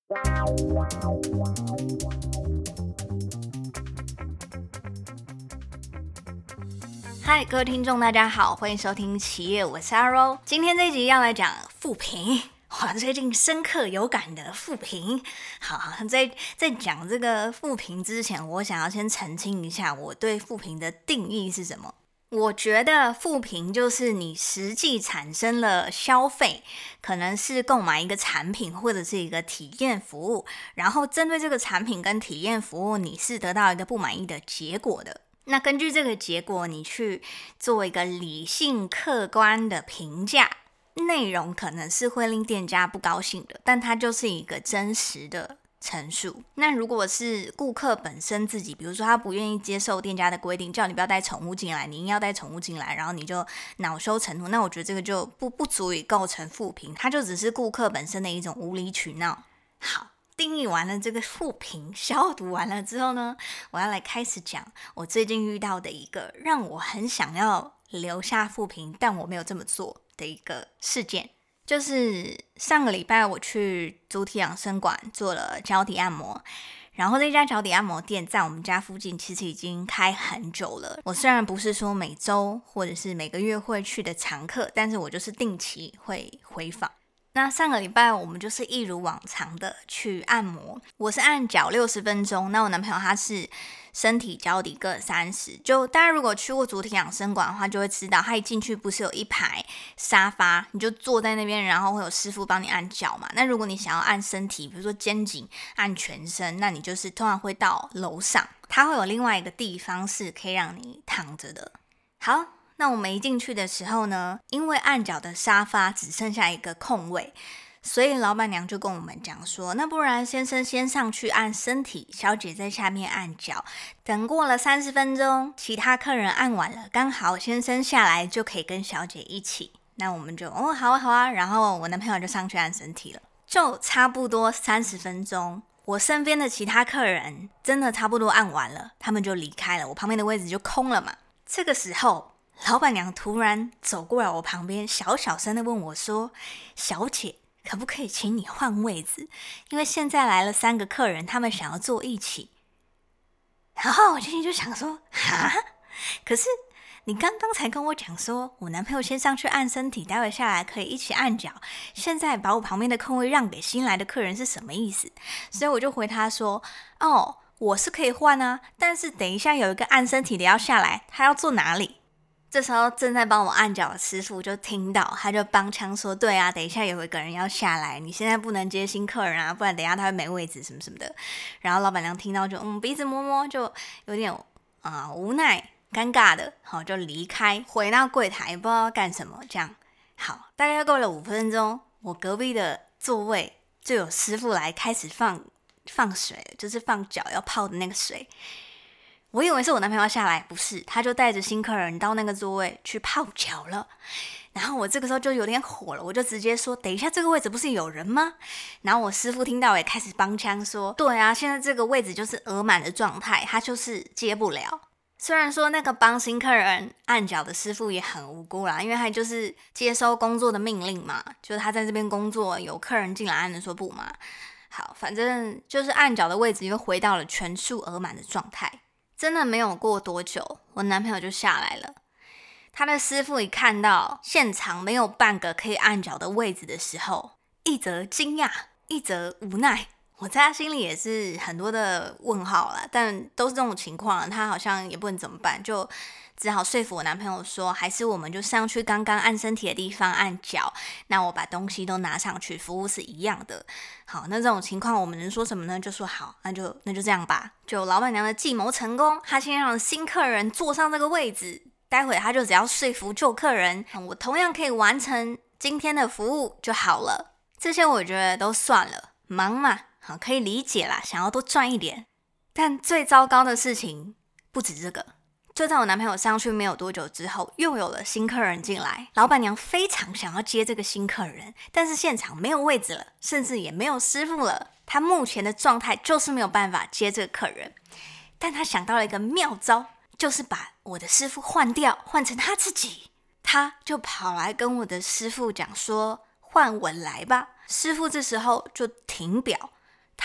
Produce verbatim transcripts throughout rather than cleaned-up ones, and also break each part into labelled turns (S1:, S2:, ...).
S1: 嗨，各位听众大家好，欢迎收听企业，我是阿柔。今天这一集要来讲负评，哇，最近深刻有感的负评。好，在在讲这个负评之前，我想要先澄清一下我对负评的定义是什么。我觉得负评就是你实际产生了消费，可能是购买一个产品或者是一个体验服务，然后针对这个产品跟体验服务，你是得到一个不满意的结果的。那根据这个结果，你去做一个理性客观的评价，内容可能是会令店家不高兴的，但它就是一个真实的陈述。那如果是顾客本身自己，比如说他不愿意接受店家的规定，叫你不要带宠物进来，你硬要带宠物进来，然后你就恼羞成怒，那我觉得这个就不不足以构成负评，它就只是顾客本身的一种无理取闹。好，定义完了这个负评，消毒完了之后呢，我要来开始讲我最近遇到的一个让我很想要留下负评，但我没有这么做的一个事件。就是上个礼拜我去主体养生馆做了脚底按摩，然后这家脚底按摩店在我们家附近其实已经开很久了。我虽然不是说每周或者是每个月会去的常客，但是我就是定期会回访。那上个礼拜我们就是一如往常的去按摩，我是按脚六十分钟，那我男朋友他是身体脚底各三十。就大家如果去过主体养生馆的话，就会知道他一进去不是有一排沙发，你就坐在那边，然后会有师傅帮你按脚嘛。那如果你想要按身体，比如说肩颈、按全身，那你就是通常会到楼上，它会有另外一个地方是可以让你躺着的。好，那我们一进去的时候呢，因为按脚的沙发只剩下一个空位，所以老板娘就跟我们讲说，那不然先生先上去按身体，小姐在下面按脚，等过了三十分钟，其他客人按完了，刚好先生下来就可以跟小姐一起。那我们就哦好啊好啊，然后我男朋友就上去按身体了，就差不多三十分钟。我身边的其他客人真的差不多按完了，他们就离开了，我旁边的位置就空了嘛。这个时候老板娘突然走过来我旁边，小小声的问我说，小姐可不可以请你换位置，因为现在来了三个客人，他们想要坐一起。然后我心里就想说，哈，可是你刚刚才跟我讲说我男朋友先上去按身体，待会下来可以一起按脚，现在把我旁边的空位让给新来的客人是什么意思？所以我就回他说，哦，我是可以换啊，但是等一下有一个按身体的要下来，他要坐哪里？这时候正在帮我按脚的师傅就听到，他就帮腔说，对啊，等一下有一个人要下来，你现在不能接新客人啊，不然等一下他会没位置什么什么的。然后老板娘听到就嗯鼻子摸摸，就有点啊、呃、无奈尴尬的，好就离开，回到柜台不知道干什么这样。好，大概过了五分钟，我隔壁的座位就有师傅来开始放放水，就是放脚要泡的那个水。我以为是我男朋友下来，不是，他就带着新客人到那个座位去泡脚了。然后我这个时候就有点火了，我就直接说，等一下这个位置不是有人吗？然后我师傅听到也开始帮腔说，对啊，现在这个位置就是额满的状态，他就是接不了。虽然说那个帮新客人按脚的师傅也很无辜啦，因为他就是接收工作的命令嘛，就是他在这边工作，有客人进来按的说不嘛。好，反正就是按脚的位置又回到了全数额满的状态。真的没有过多久，我男朋友就下来了。他的师傅一看到现场没有半个可以按脚的位置的时候，一则惊讶，一则无奈。我在他心里也是很多的问号啦，但都是这种情况，他好像也不能怎么办，就只好说服我男朋友说，还是我们就上去刚刚按身体的地方按脚，那我把东西都拿上去，服务是一样的。好，那这种情况我们能说什么呢？就说好，那就那就这样吧。就老板娘的计谋成功，她先让新客人坐上这个位置，待会她就只要说服旧客人，我同样可以完成今天的服务就好了。这些我觉得都算了，忙嘛，好可以理解啦，想要多赚一点。但最糟糕的事情不止这个。就在我男朋友上去没有多久之后，又有了新客人进来，老板娘非常想要接这个新客人，但是现场没有位置了，甚至也没有师傅了，她目前的状态就是没有办法接这个客人。但她想到了一个妙招，就是把我的师傅换掉，换成她自己。她就跑来跟我的师傅讲说，换我来吧。师傅这时候就停表，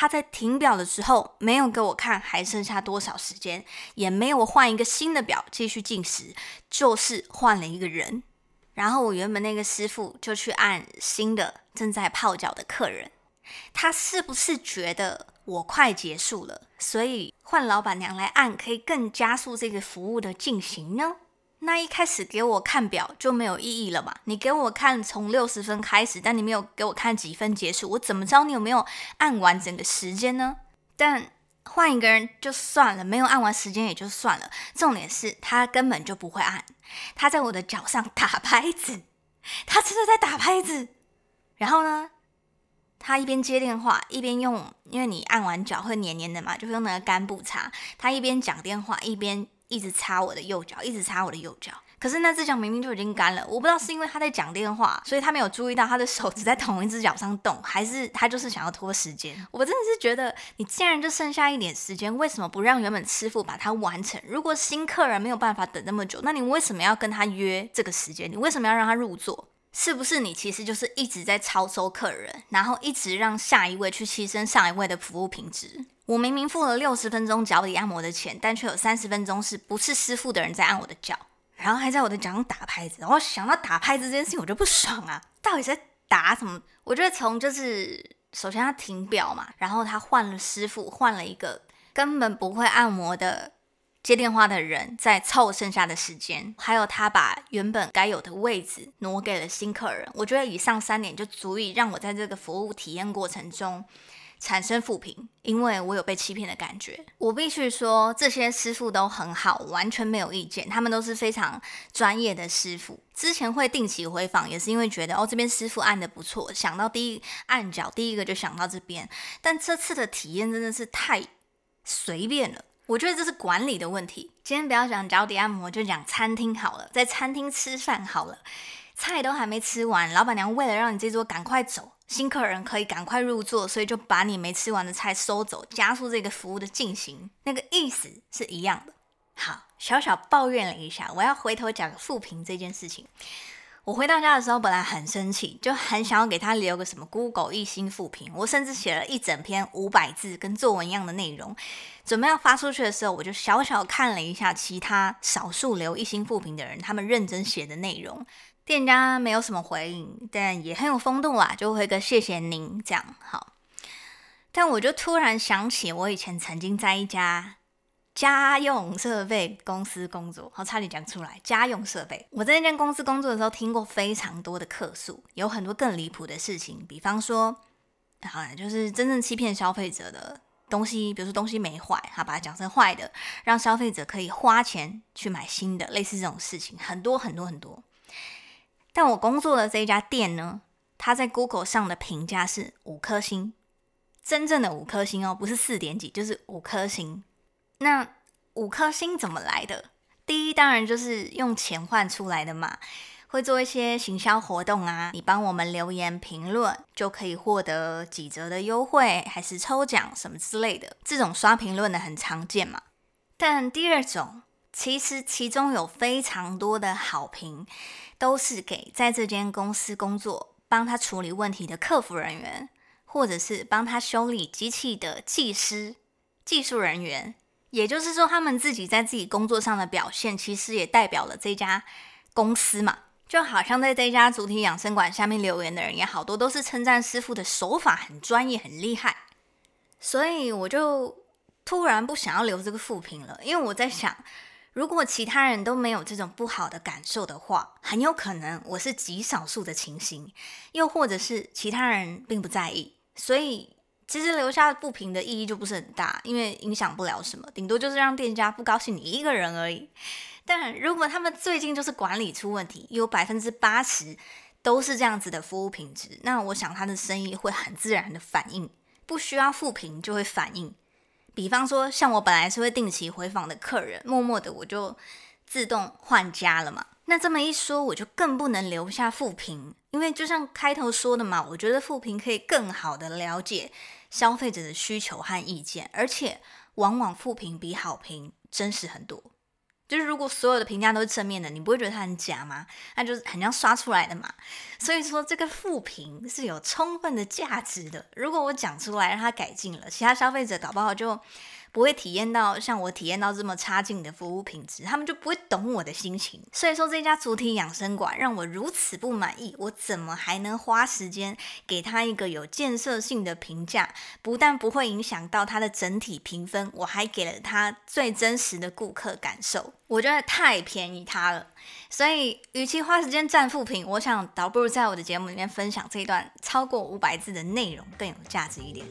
S1: 他在停表的时候没有给我看还剩下多少时间，也没有换一个新的表继续计时，就是换了一个人。然后我原本那个师傅就去按新的正在泡脚的客人，他是不是觉得我快结束了，所以换老板娘来按可以更加速这个服务的进行呢？那一开始给我看表就没有意义了嘛？你给我看从六十分开始，但你没有给我看几分结束，我怎么知道你有没有按完整个时间呢？但换一个人就算了，没有按完时间也就算了，重点是他根本就不会按，他在我的脚上打拍子，他真的在打拍子。然后呢，他一边接电话一边用，因为你按完脚会黏黏的嘛，就会用那个干布擦，他一边讲电话一边一直擦我的右脚，一直擦我的右脚。可是那只脚明明就已经干了，我不知道是因为他在讲电话，所以他没有注意到他的手只在同一只脚上动，还是他就是想要拖时间。我真的是觉得，你既然就剩下一点时间，为什么不让原本师傅把它完成？如果新客人没有办法等那么久，那你为什么要跟他约这个时间？你为什么要让他入座？是不是你其实就是一直在超收客人，然后一直让下一位去牺牲上一位的服务品质？我明明付了六十分钟脚底按摩的钱，但却有三十分钟是不是师傅的人在按我的脚，然后还在我的脚上打拍子。然后想到打拍子这件事情我就不爽啊，到底在打什么？我觉得从就是首先他停表嘛，然后他换了师傅，换了一个根本不会按摩的接电话的人在凑剩下的时间，还有他把原本该有的位置挪给了新客人。我觉得以上三点就足以让我在这个服务体验过程中产生负评，因为我有被欺骗的感觉。我必须说这些师傅都很好，完全没有意见，他们都是非常专业的师傅。之前会定期回访也是因为觉得哦这边师傅按得不错，想到第一按脚第一个就想到这边。但这次的体验真的是太随便了，我觉得这是管理的问题。今天不要讲脚底按摩，就讲餐厅好了，在餐厅吃饭好了，菜都还没吃完，老板娘为了让你这桌赶快走，新客人可以赶快入座，所以就把你没吃完的菜收走，加速这个服务的进行，那个意思是一样的。好，小小抱怨了一下，我要回头讲负评这件事情。我回到家的时候本来很生气，就很想要给他留个什么 Google 一星负评，我甚至写了一整篇五百字跟作文一样的内容，准备要发出去的时候，我就小小看了一下其他少数留一星负评的人他们认真写的内容。店家没有什么回应，但也很有风度啦，就回个谢谢您这样。好，但我就突然想起我以前曾经在一家家用设备公司工作，好，差点讲出来，家用设备。我在那间公司工作的时候，听过非常多的客诉，有很多更离谱的事情，比方说，好，就是真正欺骗消费者的东西，比如说东西没坏，他把它讲成坏的，让消费者可以花钱去买新的，类似这种事情，很多很多很多。但我工作的这一家店呢，它在 Google 上的评价是五颗星，真正的五颗星哦，不是四点几，就是五颗星。那五颗星怎么来的？第一当然就是用钱换出来的嘛，会做一些行销活动啊，你帮我们留言评论就可以获得几折的优惠，还是抽奖什么之类的，这种刷评论的很常见嘛。但第二种，其实其中有非常多的好评都是给在这间公司工作帮他处理问题的客服人员，或者是帮他修理机器的技师、技术人员。也就是说，他们自己在自己工作上的表现，其实也代表了这家公司嘛。就好像在这家主题养生馆下面留言的人也好多都是称赞师傅的手法很专业、很厉害。所以我就突然不想要留这个负评了，因为我在想，如果其他人都没有这种不好的感受的话，很有可能我是极少数的情形，又或者是其他人并不在意，所以其实留下负评的意义就不是很大，因为影响不了什么，顶多就是让店家不高兴你一个人而已。但如果他们最近就是管理出问题，有百分之八十都是这样子的服务品质，那我想他的生意会很自然的反应，不需要负评就会反应。比方说，像我本来是会定期回访的客人，默默的我就自动换家了嘛。那这么一说，我就更不能留下负评，因为就像开头说的嘛，我觉得负评可以更好的了解消费者的需求和意见，而且往往负评比好评真实很多。 就是如果所有的评价都是正面的，你不会觉得它很假吗？那就是很像刷出来的嘛。所以说这个负评是有充分的价值的。如果我讲出来让它改进了，其他消费者搞不好就不会体验到像我体验到这么差劲的服务品质，他们就不会懂我的心情。所以说这家主体养生馆让我如此不满意，我怎么还能花时间给他一个有建设性的评价？不但不会影响到他的整体评分，我还给了他最真实的顾客感受，我觉得太便宜他了。所以与其花时间占负评，我想倒不如在我的节目里面分享这一段超过五百字的内容更有价值一点。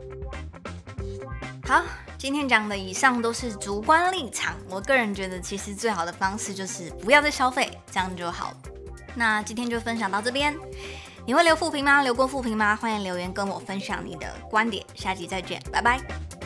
S1: 好，今天讲的以上都是主观立场，我个人觉得其实最好的方式就是不要再消费，这样就好。那今天就分享到这边，你会留负评吗？留过负评吗？欢迎留言跟我分享你的观点，下集再见，拜拜。